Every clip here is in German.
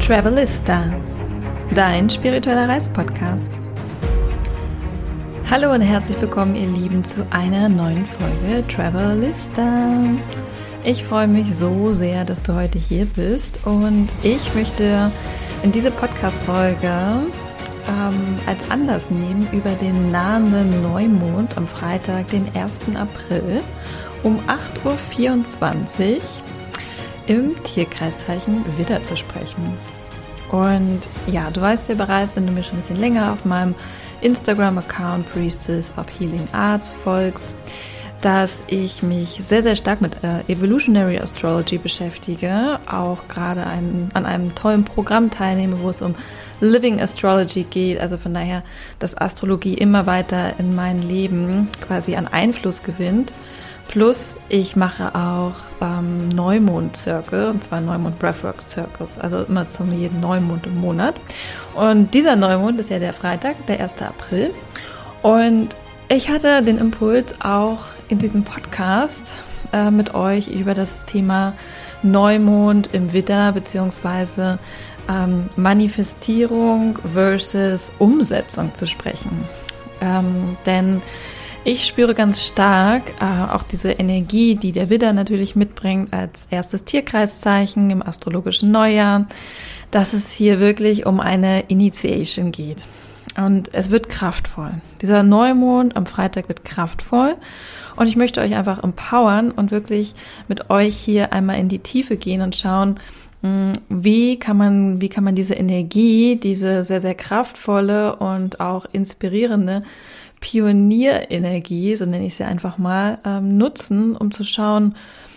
Travelista, dein spiritueller Reisepodcast. Hallo und herzlich willkommen, ihr Lieben, zu einer neuen Folge Travelista. Ich freue mich so sehr, dass du heute hier bist und ich möchte in diese Podcast-Folge als Anlass nehmen, über den nahenden Neumond am Freitag, den 1. April um 8.24 Uhr im Tierkreiszeichen Widder zu sprechen. Und ja, du weißt ja bereits, wenn du mir schon ein bisschen länger auf meinem Instagram-Account Priestess of Healing Arts folgst, dass ich mich sehr, sehr stark mit Evolutionary Astrology beschäftige, auch gerade an einem tollen Programm teilnehme, wo es um Living Astrology geht, also von daher, dass Astrologie immer weiter in mein Leben quasi an Einfluss gewinnt. Plus, ich mache auch Neumond-Circle, und zwar Neumond-Breathwork-Circles, also immer zu jedem Neumond im Monat. Und dieser Neumond ist ja der Freitag, der 1. April. Und ich hatte den Impuls, auch in diesem Podcast mit euch über das Thema Neumond im Widder beziehungsweise Manifestierung versus Umsetzung zu sprechen. Denn ich spüre ganz stark auch diese Energie, die der Widder natürlich mitbringt als erstes Tierkreiszeichen im astrologischen Neujahr, dass es hier wirklich um eine Initiation geht. Und es wird kraftvoll. Dieser Neumond am Freitag wird kraftvoll. Und ich möchte euch einfach empowern und wirklich mit euch hier einmal in die Tiefe gehen und schauen, wie kann man diese Energie, diese sehr, sehr kraftvolle und auch inspirierende Pionierenergie, so nenne ich sie einfach mal, nutzen, um zu schauen,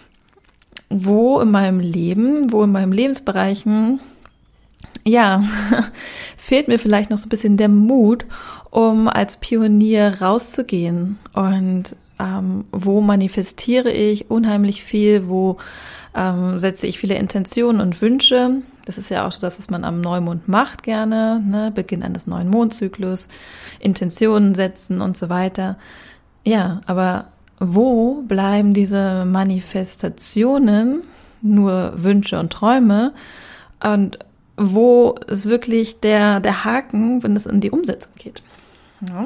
wo in meinem Lebensbereichen, ja, fehlt mir vielleicht noch so ein bisschen der Mut, um als Pionier rauszugehen und wo manifestiere ich unheimlich viel, wo setze ich viele Intentionen und Wünsche. Das ist ja auch so das, was man am Neumond macht gerne, ne? Beginn eines neuen Mondzyklus, Intentionen setzen und so weiter. Ja, aber wo bleiben diese Manifestationen nur Wünsche und Träume und wo ist wirklich der Haken, wenn es in die Umsetzung geht? Ja.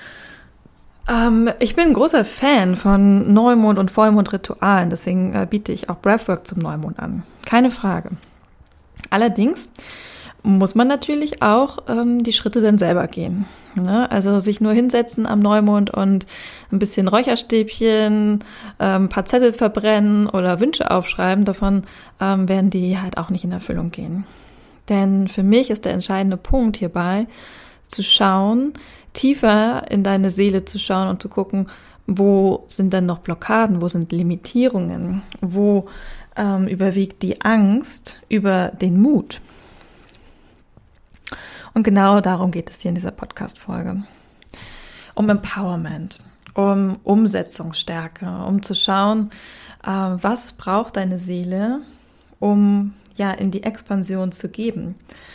Ich bin ein großer Fan von Neumond- und Vollmond-Ritualen, deswegen biete ich auch Breathwork zum Neumond an. Keine Frage. Allerdings muss man natürlich auch die Schritte dann selber gehen. Ne? Also sich nur hinsetzen am Neumond und ein bisschen Räucherstäbchen, ein paar Zettel verbrennen oder Wünsche aufschreiben, davon werden die halt auch nicht in Erfüllung gehen. Denn für mich ist der entscheidende Punkt hierbei, zu schauen, tiefer in deine Seele zu schauen und zu gucken, wo sind denn noch Blockaden, wo sind Limitierungen, wo überwiegt die Angst über den Mut. Und genau darum geht es hier in dieser Podcast-Folge. Um Empowerment, um Umsetzungsstärke, um zu schauen, was braucht deine Seele, um ja in die Expansion zu geben.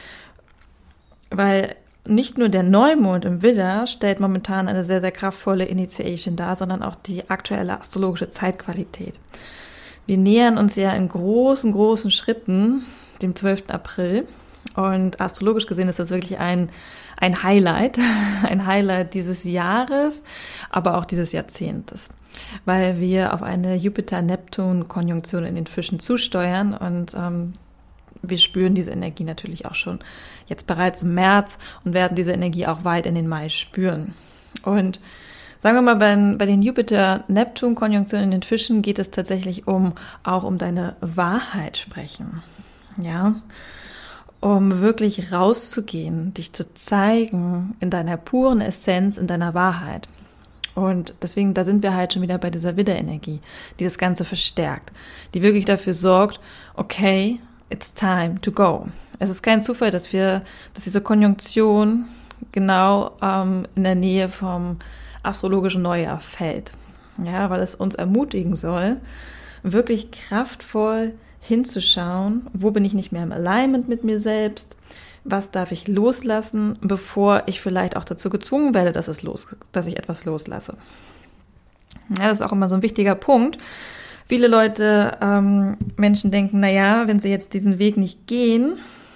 Weil nicht nur der Neumond im Widder stellt momentan eine sehr, sehr kraftvolle Initiation dar, sondern auch die aktuelle astrologische Zeitqualität. Wir nähern uns ja in großen Schritten dem 12. April und astrologisch gesehen ist das wirklich ein Highlight dieses Jahres, aber auch dieses Jahrzehntes, weil wir auf eine Jupiter-Neptun-Konjunktion in den Fischen zusteuern und wir spüren diese Energie natürlich auch schon jetzt bereits im März und werden diese Energie auch weit in den Mai spüren. Und sagen wir mal, bei den Jupiter-Neptun-Konjunktionen in den Fischen geht es tatsächlich auch um deine Wahrheit sprechen. Ja, um wirklich rauszugehen, dich zu zeigen in deiner puren Essenz, in deiner Wahrheit. Und deswegen, da sind wir halt schon wieder bei dieser Widderenergie, die das Ganze verstärkt, die wirklich dafür sorgt, okay, it's time to go. Es ist kein Zufall, dass diese Konjunktion genau in der Nähe vom astrologischen Neujahr fällt. Ja, weil es uns ermutigen soll, wirklich kraftvoll hinzuschauen, wo bin ich nicht mehr im Alignment mit mir selbst, was darf ich loslassen, bevor ich vielleicht auch dazu gezwungen werde, dass ich etwas loslasse. Ja, das ist auch immer so ein wichtiger Punkt. Viele Menschen denken, wenn sie jetzt diesen Weg nicht gehen,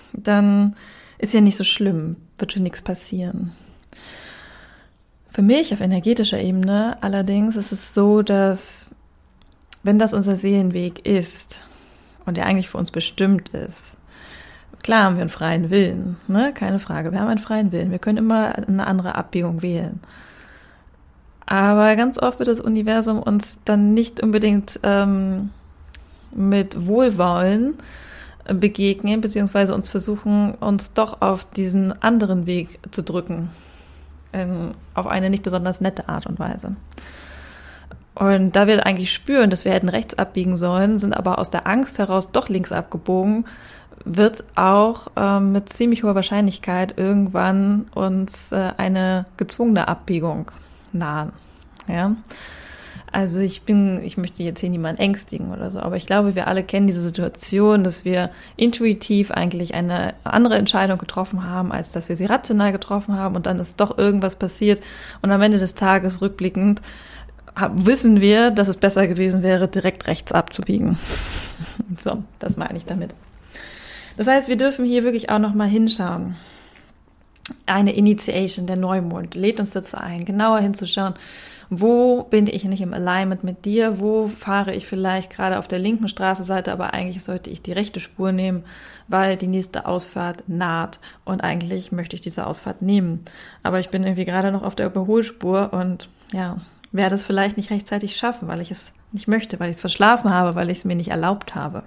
dann ist ja nicht so schlimm, wird schon nichts passieren. Für mich auf energetischer Ebene allerdings ist es so, dass wenn das unser Seelenweg ist und der eigentlich für uns bestimmt ist, klar haben wir einen freien Willen, ne? Keine Frage, wir haben einen freien Willen, wir können immer eine andere Abbiegung wählen. Aber ganz oft wird das Universum uns dann nicht unbedingt mit Wohlwollen begegnen, beziehungsweise uns versuchen, uns doch auf diesen anderen Weg zu drücken. Auf eine nicht besonders nette Art und Weise. Und da wir eigentlich spüren, dass wir hätten rechts abbiegen sollen, sind aber aus der Angst heraus doch links abgebogen, wird auch mit ziemlich hoher Wahrscheinlichkeit irgendwann uns eine gezwungene Abbiegung nahen. Ja? Also ich möchte jetzt hier niemanden ängstigen oder so, aber ich glaube, wir alle kennen diese Situation, dass wir intuitiv eigentlich eine andere Entscheidung getroffen haben, als dass wir sie rational getroffen haben und dann ist doch irgendwas passiert und am Ende des Tages rückblickend wissen wir, dass es besser gewesen wäre, direkt rechts abzubiegen. So, das meine ich damit. Das heißt, wir dürfen hier wirklich auch nochmal hinschauen. Eine Initiation, der Neumond, lädt uns dazu ein, genauer hinzuschauen, wo bin ich nicht im Alignment mit dir, wo fahre ich vielleicht gerade auf der linken Straßenseite, aber eigentlich sollte ich die rechte Spur nehmen, weil die nächste Ausfahrt naht und eigentlich möchte ich diese Ausfahrt nehmen. Aber ich bin irgendwie gerade noch auf der Überholspur und ja, werde es vielleicht nicht rechtzeitig schaffen, weil ich es nicht möchte, weil ich es verschlafen habe, weil ich es mir nicht erlaubt habe.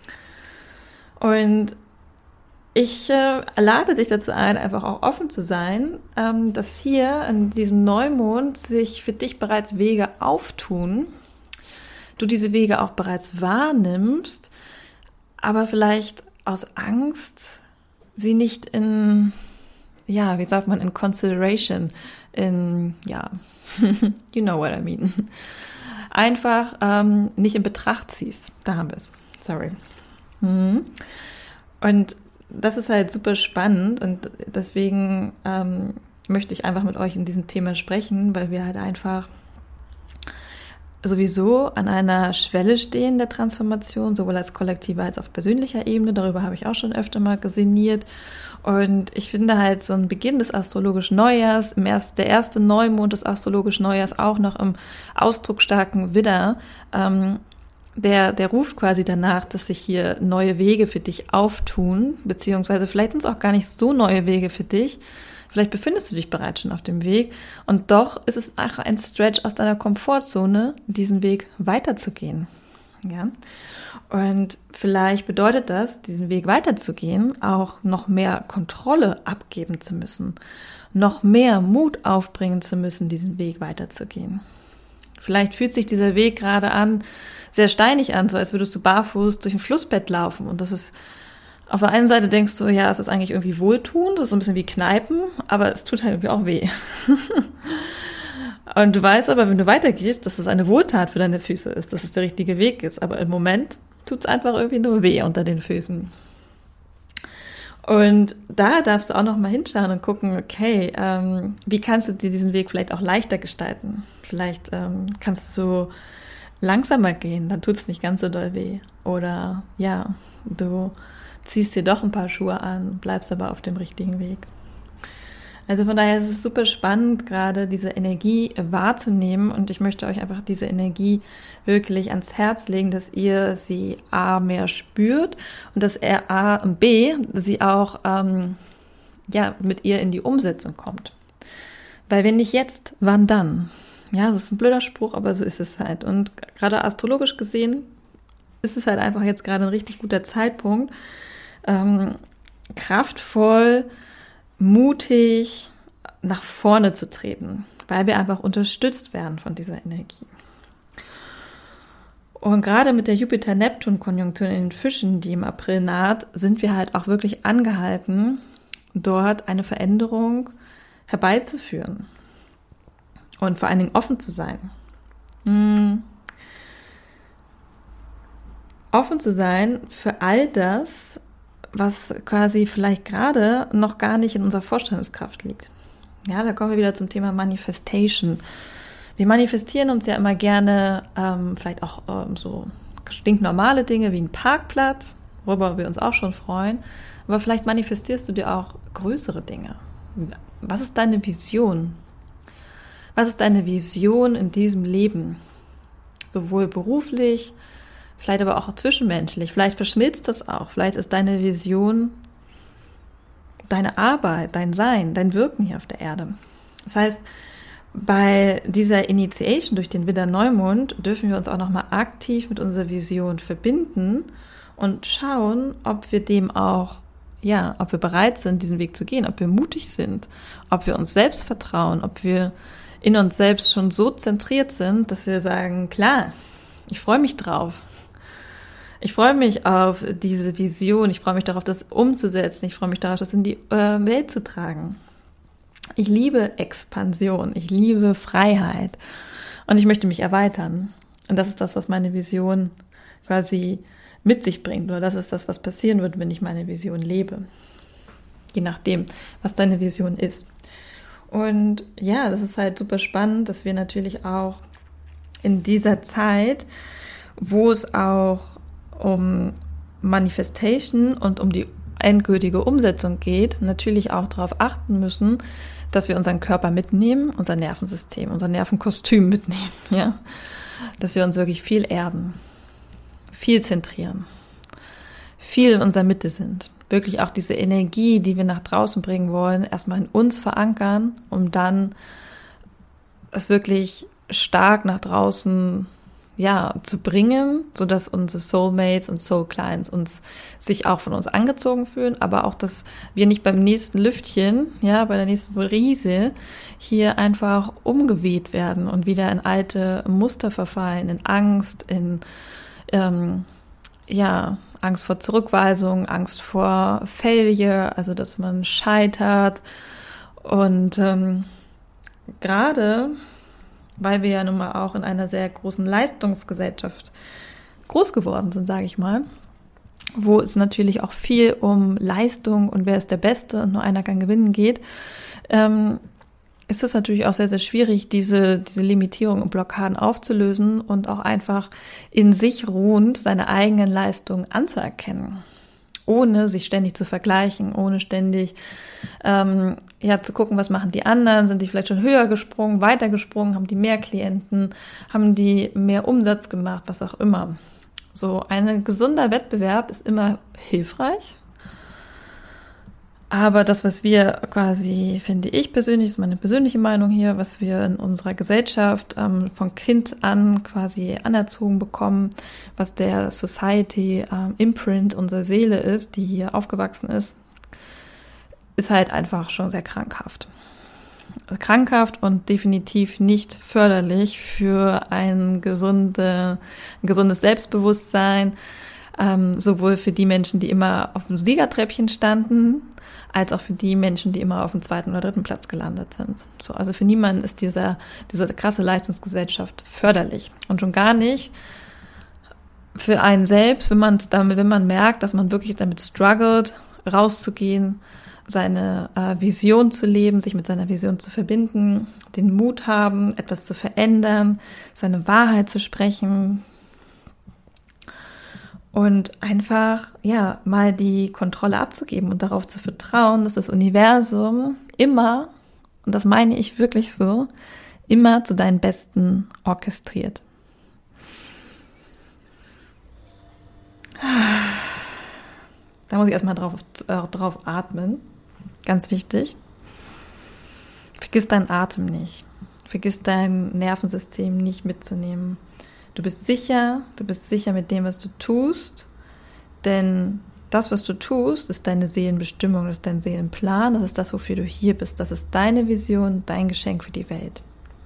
Und ich lade dich dazu ein, einfach auch offen zu sein, dass hier an diesem Neumond sich für dich bereits Wege auftun, du diese Wege auch bereits wahrnimmst, aber vielleicht aus Angst sie nicht in, ja, wie sagt man, in consideration, you know what I mean, einfach nicht in Betracht ziehst. Da haben wir es. Sorry. Und das ist halt super spannend und deswegen möchte ich einfach mit euch in diesem Thema sprechen, weil wir halt einfach sowieso an einer Schwelle stehen der Transformation, sowohl als kollektiver als auf persönlicher Ebene. Darüber habe ich auch schon öfter mal sinniert. Und ich finde halt so ein Beginn des astrologischen Neujahrs, der erste Neumond des astrologischen Neujahrs auch noch im ausdrucksstarken Widder, der ruft quasi danach, dass sich hier neue Wege für dich auftun, beziehungsweise vielleicht sind es auch gar nicht so neue Wege für dich. Vielleicht befindest du dich bereits schon auf dem Weg und doch ist es auch ein Stretch aus deiner Komfortzone, diesen Weg weiterzugehen. Ja? Und vielleicht bedeutet das, diesen Weg weiterzugehen, auch noch mehr Kontrolle abgeben zu müssen, noch mehr Mut aufbringen zu müssen, diesen Weg weiterzugehen. Vielleicht fühlt sich dieser Weg gerade sehr steinig an, so als würdest du barfuß durch ein Flussbett laufen. Und das ist, auf der einen Seite denkst du, ja, es ist eigentlich irgendwie wohltuend, das ist so ein bisschen wie Kneipen, aber es tut halt irgendwie auch weh. Und du weißt aber, wenn du weitergehst, dass es eine Wohltat für deine Füße ist, dass es der richtige Weg ist. Aber im Moment tut es einfach irgendwie nur weh unter den Füßen. Und da darfst du auch noch mal hinschauen und gucken, okay, wie kannst du dir diesen Weg vielleicht auch leichter gestalten? Vielleicht kannst du langsamer gehen, dann tut es nicht ganz so doll weh. Oder ja, du ziehst dir doch ein paar Schuhe an, bleibst aber auf dem richtigen Weg. Also von daher ist es super spannend, gerade diese Energie wahrzunehmen und ich möchte euch einfach diese Energie wirklich ans Herz legen, dass ihr sie A mehr spürt und dass er A und B sie auch mit ihr in die Umsetzung kommt. Weil wenn nicht jetzt, wann dann? Ja, das ist ein blöder Spruch, aber so ist es halt. Und gerade astrologisch gesehen ist es halt einfach jetzt gerade ein richtig guter Zeitpunkt, kraftvoll, mutig nach vorne zu treten, weil wir einfach unterstützt werden von dieser Energie. Und gerade mit der Jupiter-Neptun-Konjunktion in den Fischen, die im April naht, sind wir halt auch wirklich angehalten, dort eine Veränderung herbeizuführen und vor allen Dingen offen zu sein. Offen zu sein für all das, was quasi vielleicht gerade noch gar nicht in unserer Vorstellungskraft liegt. Ja, da kommen wir wieder zum Thema Manifestation. Wir manifestieren uns ja immer gerne vielleicht auch so stinknormale Dinge wie ein Parkplatz, worüber wir uns auch schon freuen. Aber vielleicht manifestierst du dir auch größere Dinge. Was ist deine Vision? Was ist deine Vision in diesem Leben? Sowohl beruflich, vielleicht aber auch zwischenmenschlich. Vielleicht verschmilzt das auch. Vielleicht ist deine Vision deine Arbeit, dein Sein, dein Wirken hier auf der Erde. Das heißt, bei dieser Initiation durch den Widder-Neumond dürfen wir uns auch nochmal aktiv mit unserer Vision verbinden und schauen, ob wir dem auch, ob wir bereit sind, diesen Weg zu gehen, ob wir mutig sind, ob wir uns selbst vertrauen, ob wir in uns selbst schon so zentriert sind, dass wir sagen, klar, ich freue mich drauf. Ich freue mich auf diese Vision, ich freue mich darauf, das umzusetzen, ich freue mich darauf, das in die Welt zu tragen. Ich liebe Expansion, ich liebe Freiheit und ich möchte mich erweitern. Und das ist das, was meine Vision quasi mit sich bringt, oder das ist das, was passieren wird, wenn ich meine Vision lebe. Je nachdem, was deine Vision ist. Und ja, das ist halt super spannend, dass wir natürlich auch in dieser Zeit, wo es auch um Manifestation und um die endgültige Umsetzung geht, natürlich auch darauf achten müssen, dass wir unseren Körper mitnehmen, unser Nervensystem, unser Nervenkostüm mitnehmen, ja, dass wir uns wirklich viel erden, viel zentrieren, viel in unserer Mitte sind, wirklich auch diese Energie, die wir nach draußen bringen wollen, erstmal in uns verankern, um dann es wirklich stark nach draußen zu bringen, sodass unsere Soulmates und Soul Clients sich auch von uns angezogen fühlen, aber auch, dass wir nicht beim nächsten Lüftchen, bei der nächsten Brise hier einfach umgeweht werden und wieder in alte Muster verfallen, in Angst, in Angst vor Zurückweisung, Angst vor Failure, also dass man scheitert. Und gerade weil wir ja nun mal auch in einer sehr großen Leistungsgesellschaft groß geworden sind, sage ich mal, wo es natürlich auch viel um Leistung und wer ist der Beste und nur einer kann gewinnen geht, ist es natürlich auch sehr, sehr schwierig, diese Limitierungen und Blockaden aufzulösen und auch einfach in sich ruhend seine eigenen Leistungen anzuerkennen, ohne sich ständig zu vergleichen, ohne ständig zu gucken, was machen die anderen, sind die vielleicht schon höher gesprungen, weiter gesprungen, haben die mehr Klienten, haben die mehr Umsatz gemacht, was auch immer. So ein gesunder Wettbewerb ist immer hilfreich, aber das, was wir quasi, finde ich persönlich, ist meine persönliche Meinung hier, was wir in unserer Gesellschaft von Kind an quasi anerzogen bekommen, was der Society Imprint unserer Seele ist, die hier aufgewachsen ist halt einfach schon sehr krankhaft. Krankhaft und definitiv nicht förderlich für ein gesundes Selbstbewusstsein, sowohl für die Menschen, die immer auf dem Siegertreppchen standen, als auch für die Menschen, die immer auf dem 2. oder 3. Platz gelandet sind. So, also für niemanden ist diese krasse Leistungsgesellschaft förderlich. Und schon gar nicht für einen selbst, wenn man merkt, dass man wirklich damit struggelt, rauszugehen, seine Vision zu leben, sich mit seiner Vision zu verbinden, den Mut haben, etwas zu verändern, seine Wahrheit zu sprechen und einfach, mal die Kontrolle abzugeben und darauf zu vertrauen, dass das Universum immer, und das meine ich wirklich so, immer zu deinen Besten orchestriert. Da muss ich erstmal drauf atmen. Ganz wichtig. Vergiss deinen Atem nicht. Vergiss dein Nervensystem nicht mitzunehmen. Du bist sicher mit dem, was du tust, denn das, was du tust, ist deine Seelenbestimmung, das ist dein Seelenplan, das ist das, wofür du hier bist. Das ist deine Vision, dein Geschenk für die Welt.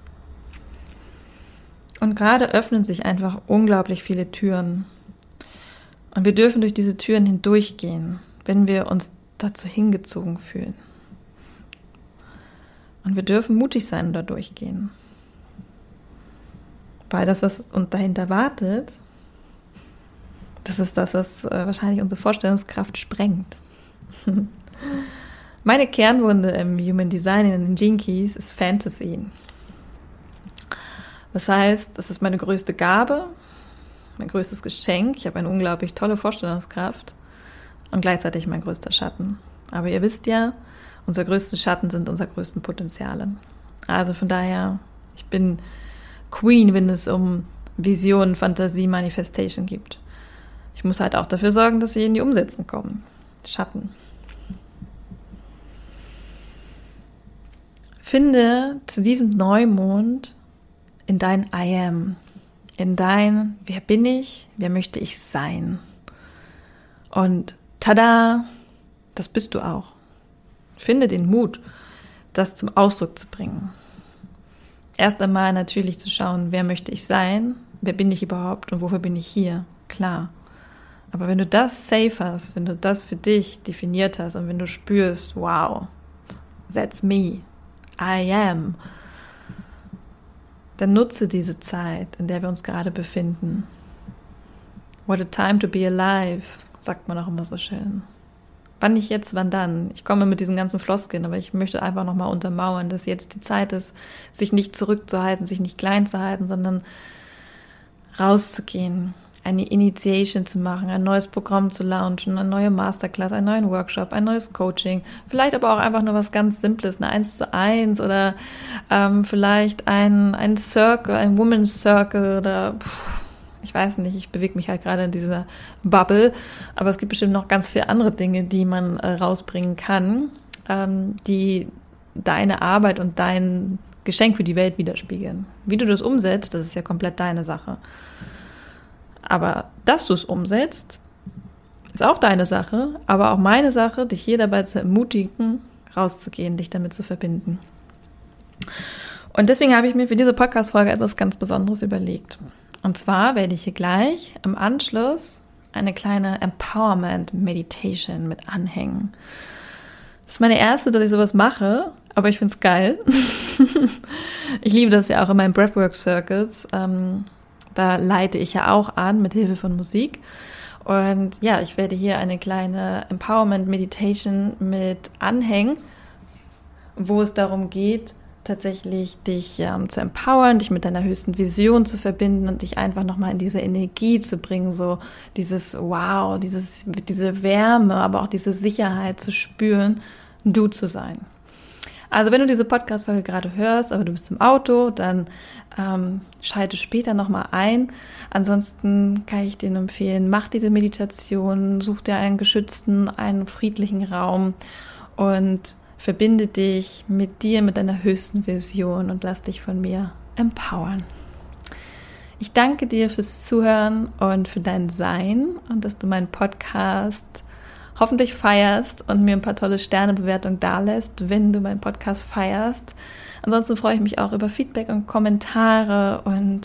Und gerade öffnen sich einfach unglaublich viele Türen. Und wir dürfen durch diese Türen hindurchgehen, wenn wir uns dazu hingezogen fühlen. Und wir dürfen mutig sein und da durchgehen. Weil das, was uns dahinter wartet, das ist das, was wahrscheinlich unsere Vorstellungskraft sprengt. Meine Kernwunde im Human Design in den Gene Keys ist Fantasy. Das heißt, das ist meine größte Gabe, mein größtes Geschenk. Ich habe eine unglaublich tolle Vorstellungskraft. und gleichzeitig mein größter Schatten. Aber ihr wisst ja, unsere größten Schatten sind unsere größten Potenziale. Also von daher, ich bin Queen, wenn es um Vision, Fantasie, Manifestation gibt. Ich muss halt auch dafür sorgen, dass sie in die Umsetzung kommen. Schatten. Finde zu diesem Neumond in dein I Am, in dein Wer bin ich, wer möchte ich sein. Und tada, das bist du auch. Finde den Mut, das zum Ausdruck zu bringen. Erst einmal natürlich zu schauen, wer möchte ich sein, wer bin ich überhaupt und wofür bin ich hier, klar. Aber wenn du das safe hast, wenn du das für dich definiert hast und wenn du spürst, wow, that's me, I am, dann nutze diese Zeit, in der wir uns gerade befinden. What a time to be alive, sagt man auch immer so schön. Wann nicht jetzt, wann dann? Ich komme mit diesen ganzen Floskeln, aber ich möchte einfach nochmal untermauern, dass jetzt die Zeit ist, sich nicht zurückzuhalten, sich nicht klein zu halten, sondern rauszugehen, eine Initiation zu machen, ein neues Programm zu launchen, eine neue Masterclass, einen neuen Workshop, ein neues Coaching, vielleicht aber auch einfach nur was ganz Simples, eine 1:1 oder vielleicht ein Circle, ein Women's Circle oder ich weiß nicht, ich bewege mich halt gerade in dieser Bubble, aber es gibt bestimmt noch ganz viele andere Dinge, die man rausbringen kann, die deine Arbeit und dein Geschenk für die Welt widerspiegeln. Wie du das umsetzt, das ist ja komplett deine Sache. Aber dass du es umsetzt, ist auch deine Sache, aber auch meine Sache, dich hier dabei zu ermutigen, rauszugehen, dich damit zu verbinden. Und deswegen habe ich mir für diese Podcast-Folge etwas ganz Besonderes überlegt. Und zwar werde ich hier gleich im Anschluss eine kleine Empowerment-Meditation mit anhängen. Das ist meine erste, dass ich sowas mache, aber ich finde es geil. Ich liebe das ja auch in meinen Breathwork-Circles. Da leite ich ja auch an mit Hilfe von Musik. Und ja, ich werde hier eine kleine Empowerment-Meditation mit anhängen, wo es darum geht, tatsächlich dich zu empowern, dich mit deiner höchsten Vision zu verbinden und dich einfach nochmal in diese Energie zu bringen, so dieses Wow, diese Wärme, aber auch diese Sicherheit zu spüren, du zu sein. Also wenn du diese Podcast-Folge gerade hörst, aber du bist im Auto, dann schalte später nochmal ein. Ansonsten kann ich dir empfehlen, mach diese Meditation, such dir einen geschützten, einen friedlichen Raum und verbinde dich mit dir, mit deiner höchsten Vision und lass dich von mir empowern. Ich danke dir fürs Zuhören und für dein Sein und dass du meinen Podcast hoffentlich feierst und mir ein paar tolle Sternebewertungen dalässt, wenn du meinen Podcast feierst. Ansonsten freue ich mich auch über Feedback und Kommentare und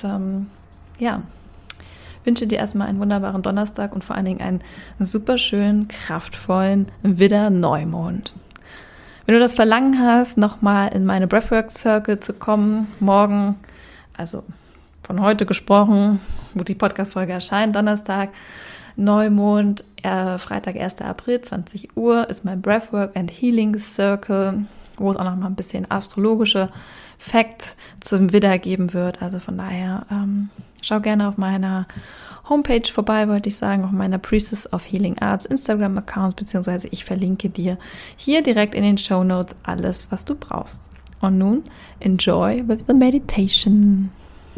wünsche dir erstmal einen wunderbaren Donnerstag und vor allen Dingen einen super schönen, kraftvollen Widder-Neumond. Wenn du das Verlangen hast, nochmal in meine Breathwork Circle zu kommen, morgen, also von heute gesprochen, wo die Podcast-Folge erscheint, Donnerstag, Neumond, Freitag, 1. April, 20 Uhr, ist mein Breathwork and Healing Circle, wo es auch nochmal ein bisschen astrologische Facts zum Widder geben wird. Also von daher, schau gerne auf meiner Homepage vorbei, wollte ich sagen, auf meiner Priestess of Healing Arts Instagram-Accounts, beziehungsweise ich verlinke dir hier direkt in den Shownotes alles, was du brauchst. Und nun, enjoy with the meditation.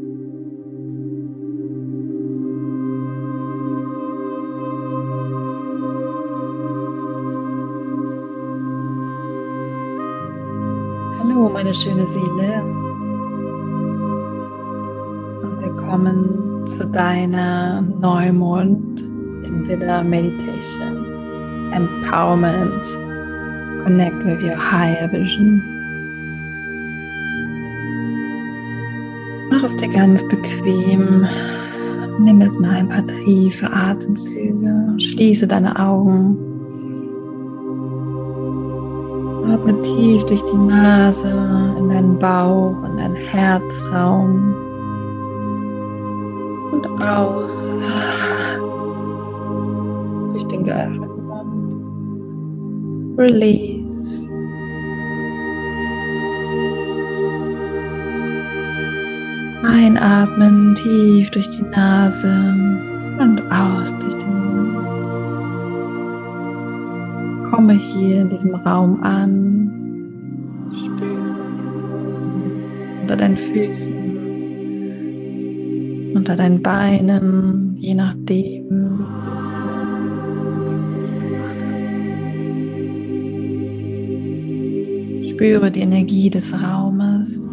Hallo, meine schöne Seele. Und willkommen zu deiner Neumond im Widder Meditation. Empowerment. Connect with your higher vision. Mach es dir ganz bequem. Nimm jetzt mal ein paar tiefe Atemzüge. Schließe deine Augen. Atme tief durch die Nase in deinen Bauch, in deinen Herzraum und aus durch den geöffneten Mund. Release. Einatmen tief durch die Nase und aus durch den Mund. Komme hier in diesem Raum an. Spüre unter deinen Füßen, unter deinen Beinen, je nachdem. Spüre die Energie des Raumes.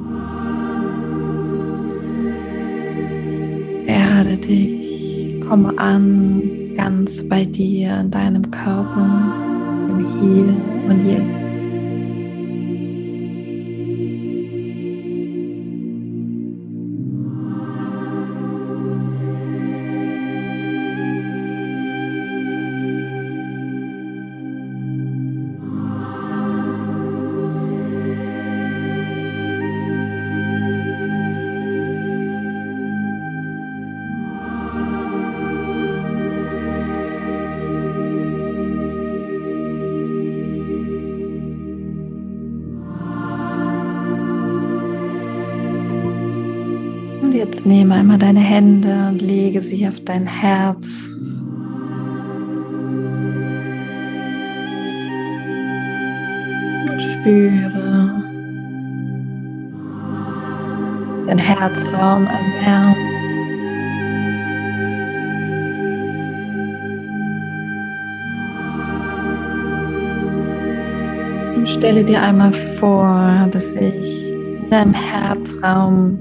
Erde dich, komme an, ganz bei dir, in deinem Körper, im Hier und Jetzt. Und jetzt nehme einmal deine Hände und lege sie auf dein Herz. Und spüre den Herzraum erwärmt. Und stelle dir einmal vor, dass sich in deinem Herzraum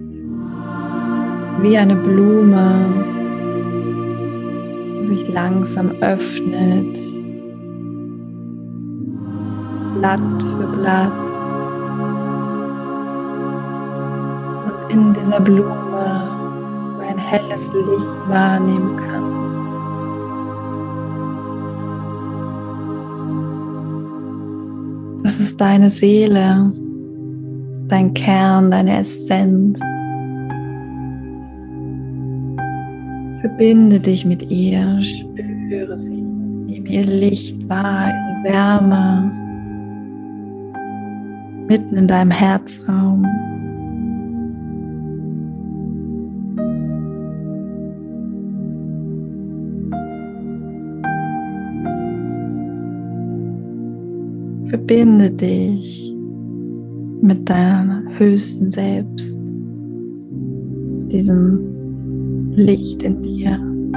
wie eine Blume sich langsam öffnet, Blatt für Blatt. Und in dieser Blume du ein helles Licht wahrnehmen kannst. Das ist deine Seele, das ist dein Kern, deine Essenz. Verbinde dich mit ihr, spüre sie, nimm ihr Licht wahr, ihre Wärme, mitten in deinem Herzraum. Verbinde dich mit deinem höchsten Selbst, diesem Licht in dir.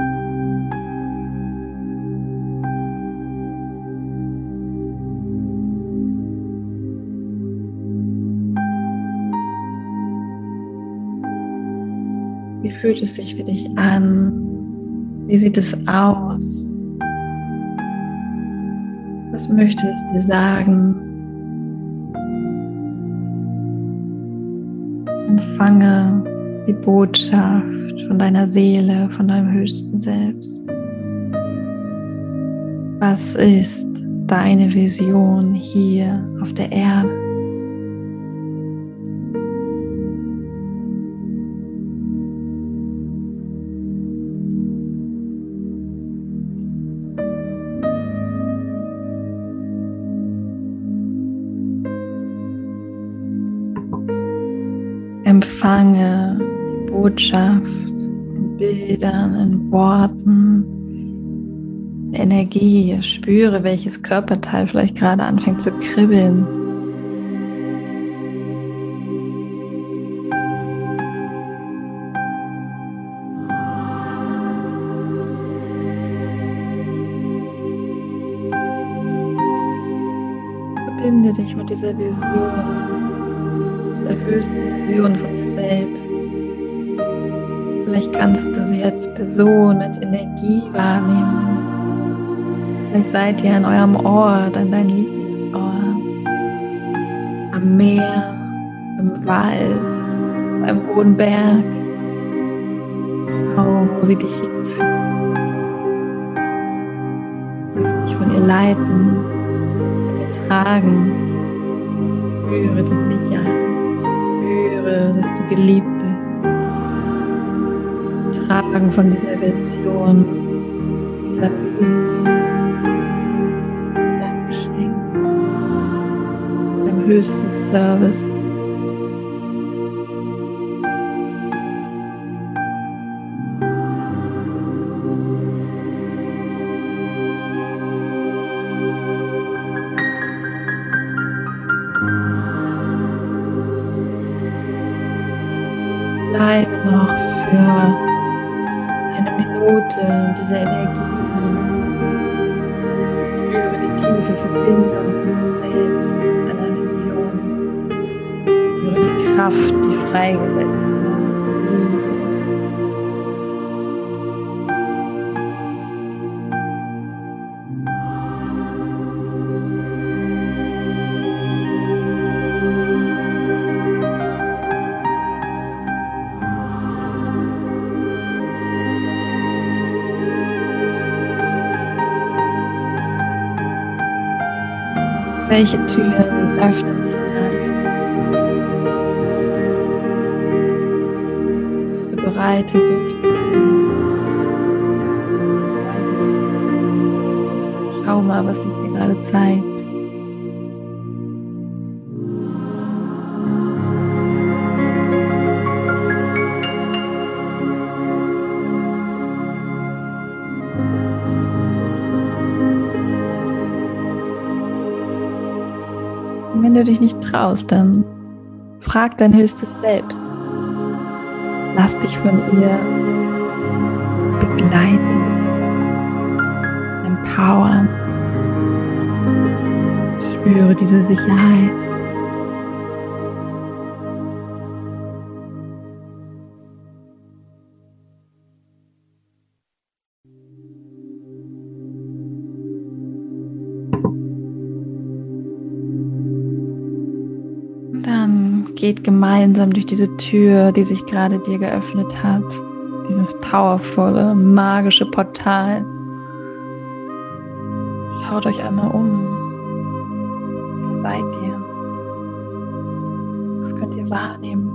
Wie fühlt es sich für dich an? Wie sieht es aus? Was möchte es dir sagen? Empfange die Botschaft von deiner Seele, von deinem höchsten Selbst. Was ist deine Vision hier auf der Erde? Empfange die Botschaft in Bildern, in Worten, in Energie. Spüre, welches Körperteil vielleicht gerade anfängt zu kribbeln. Verbinde dich mit dieser Vision. Der höchsten Vision von dir selbst. Vielleicht kannst du sie als Person, als Energie wahrnehmen. Vielleicht seid ihr an eurem Ort, an deinem Lieblingsort. Am Meer, im Wald, beim hohen Berg. Wo sie dich hinführt. Lass dich von ihr leiten, lass dich von ihr tragen. Spüre die Sicherheit. Spüre, dass du geliebt bist. Tragen von dieser Vision, dieser Vision, dein Geschenk, deinem höchsten Service. Bleibe noch für eine Minute in dieser Energie. Spüre die tiefe Verbindung zu dir selbst, deiner Vision. Spüre die Kraft, die freigesetzt wird, die Liebe. Welche Türen öffnen sich gerade für dich? Bist du bereit, hier durchzugehen? Schau mal, was sich dir gerade zeigt. Und wenn du dich nicht traust, dann frag dein höchstes Selbst. Lass dich von ihr begleiten, empowern. Spüre diese Sicherheit. Dann geht gemeinsam durch diese Tür, die sich gerade dir geöffnet hat. Dieses powervolle, magische Portal. Schaut euch einmal um. Wo seid ihr? Was könnt ihr wahrnehmen?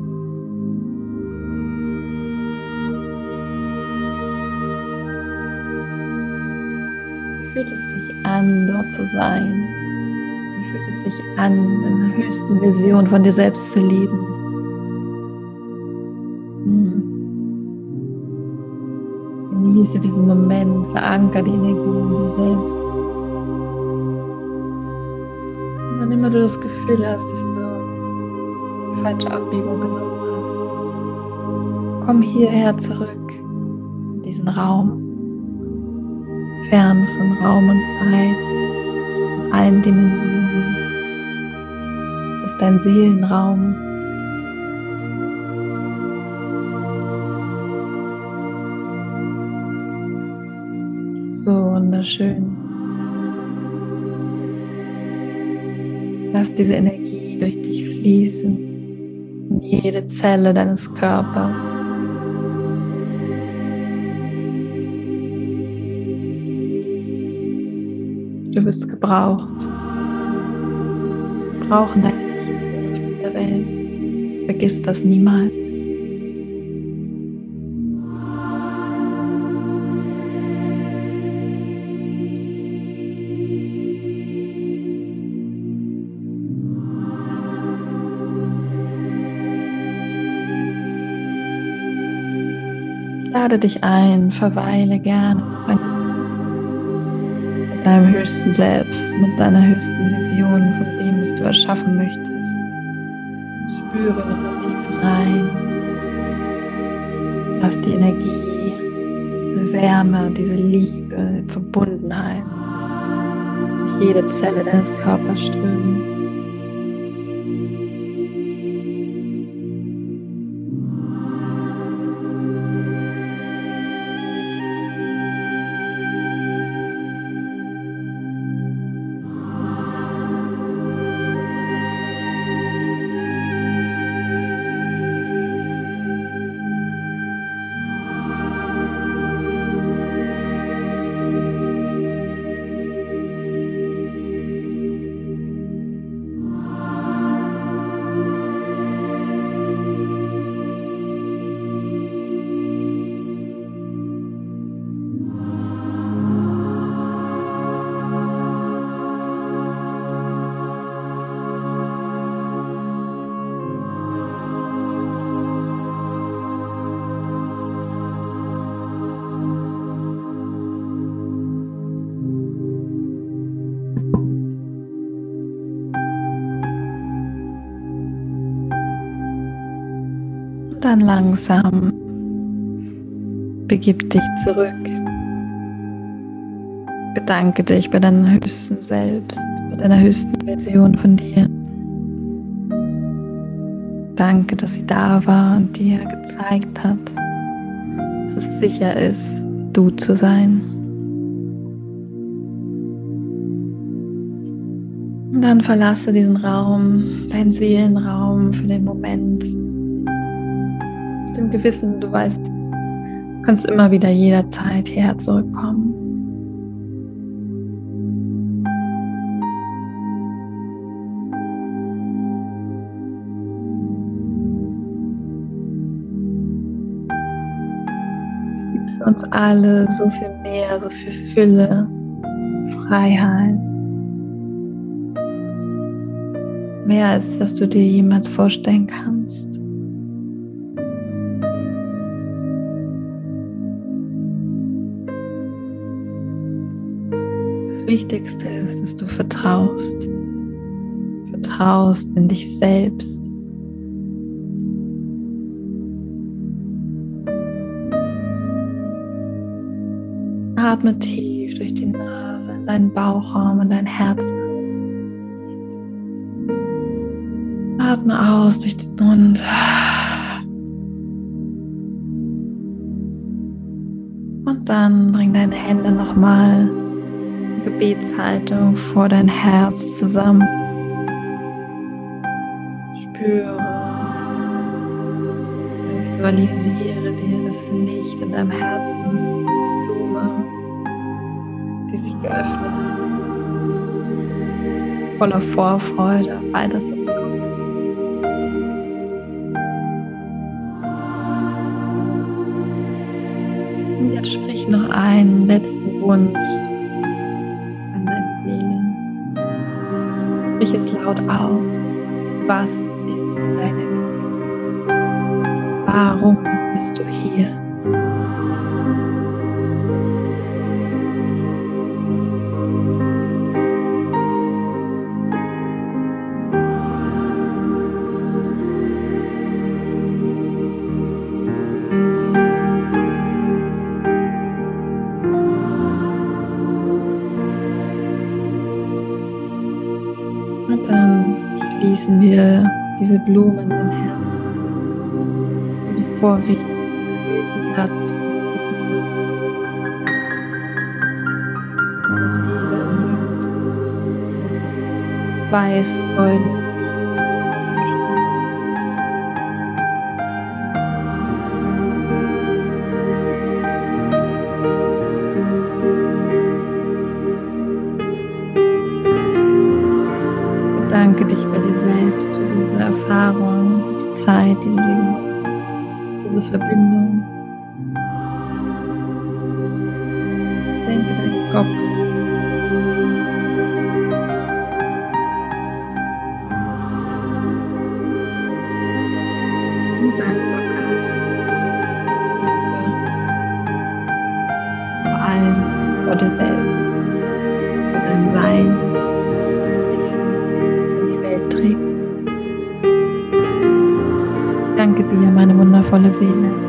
Wie fühlt es sich an, dort zu sein? Wie fühlt es sich an, in der höchsten Vision von dir selbst zu leben? Genieße diesen Moment, verankere die Energie in dir selbst. Und wann immer du das Gefühl hast, dass du die falsche Abbiegung genommen hast, komm hierher zurück, in diesen Raum, fern von Raum und Zeit, in allen Dimensionen. Es ist dein Seelenraum. So wunderschön. Lass diese Energie durch dich fließen, in jede Zelle deines Körpers. Du bist gebraucht. Wir brauchen dein Licht auf dieser Welt. Vergiss das niemals. Ich lade dich ein, verweile gerne mit deinem höchsten Selbst, mit deiner höchsten Vision, von dem, was du erschaffen möchtest. Spüre nochmal tief rein. Lass die Energie, diese Wärme, diese Liebe, Verbundenheit durch jede Zelle deines Körpers strömen. dann langsam begib dich zurück. Bedanke dich bei deinem höchsten Selbst, bei deiner höchsten Version von dir. Danke, dass sie da war und dir gezeigt hat, dass es sicher ist, du zu sein. Und dann verlasse diesen Raum, deinen Seelenraum für den Moment. Mit dem Gewissen, du weißt, du kannst immer wieder jederzeit hierher zurückkommen. Es gibt für uns alle so viel mehr, so viel Fülle, Freiheit. Mehr als dass du dir jemals vorstellen kannst. Das Wichtigste ist, dass du vertraust. Vertraust in dich selbst. Atme tief durch die Nase in deinen Bauchraum und dein Herz. Atme aus durch den Mund. Und dann bring deine Hände nochmal in Gebetshaltung vor dein Herz zusammen. Spüre, visualisiere dir das Licht in deinem Herzen, die Blume, die sich geöffnet hat. Voller Vorfreude auf all das, was kommt. Und jetzt sprich noch einen letzten Wunsch an deine Seele. Sprich es laut aus. Was ist deine Mission? Warum bist du hier? Und dann schließen wir diese Blumen im Herzen, die vorwiegend Blatt, das Seele umhüllt, das weiß-golden. Danke dich bei dir selbst für diese Erfahrung, für die Zeit, die du dir genommen hast, diese Verbindung. Denke deinen Kopf. Und Dankbarkeit. Liebe. Vor allem vor dir selbst, vor deinem Sein. Trägst. Ich danke dir, meine wundervolle Seele.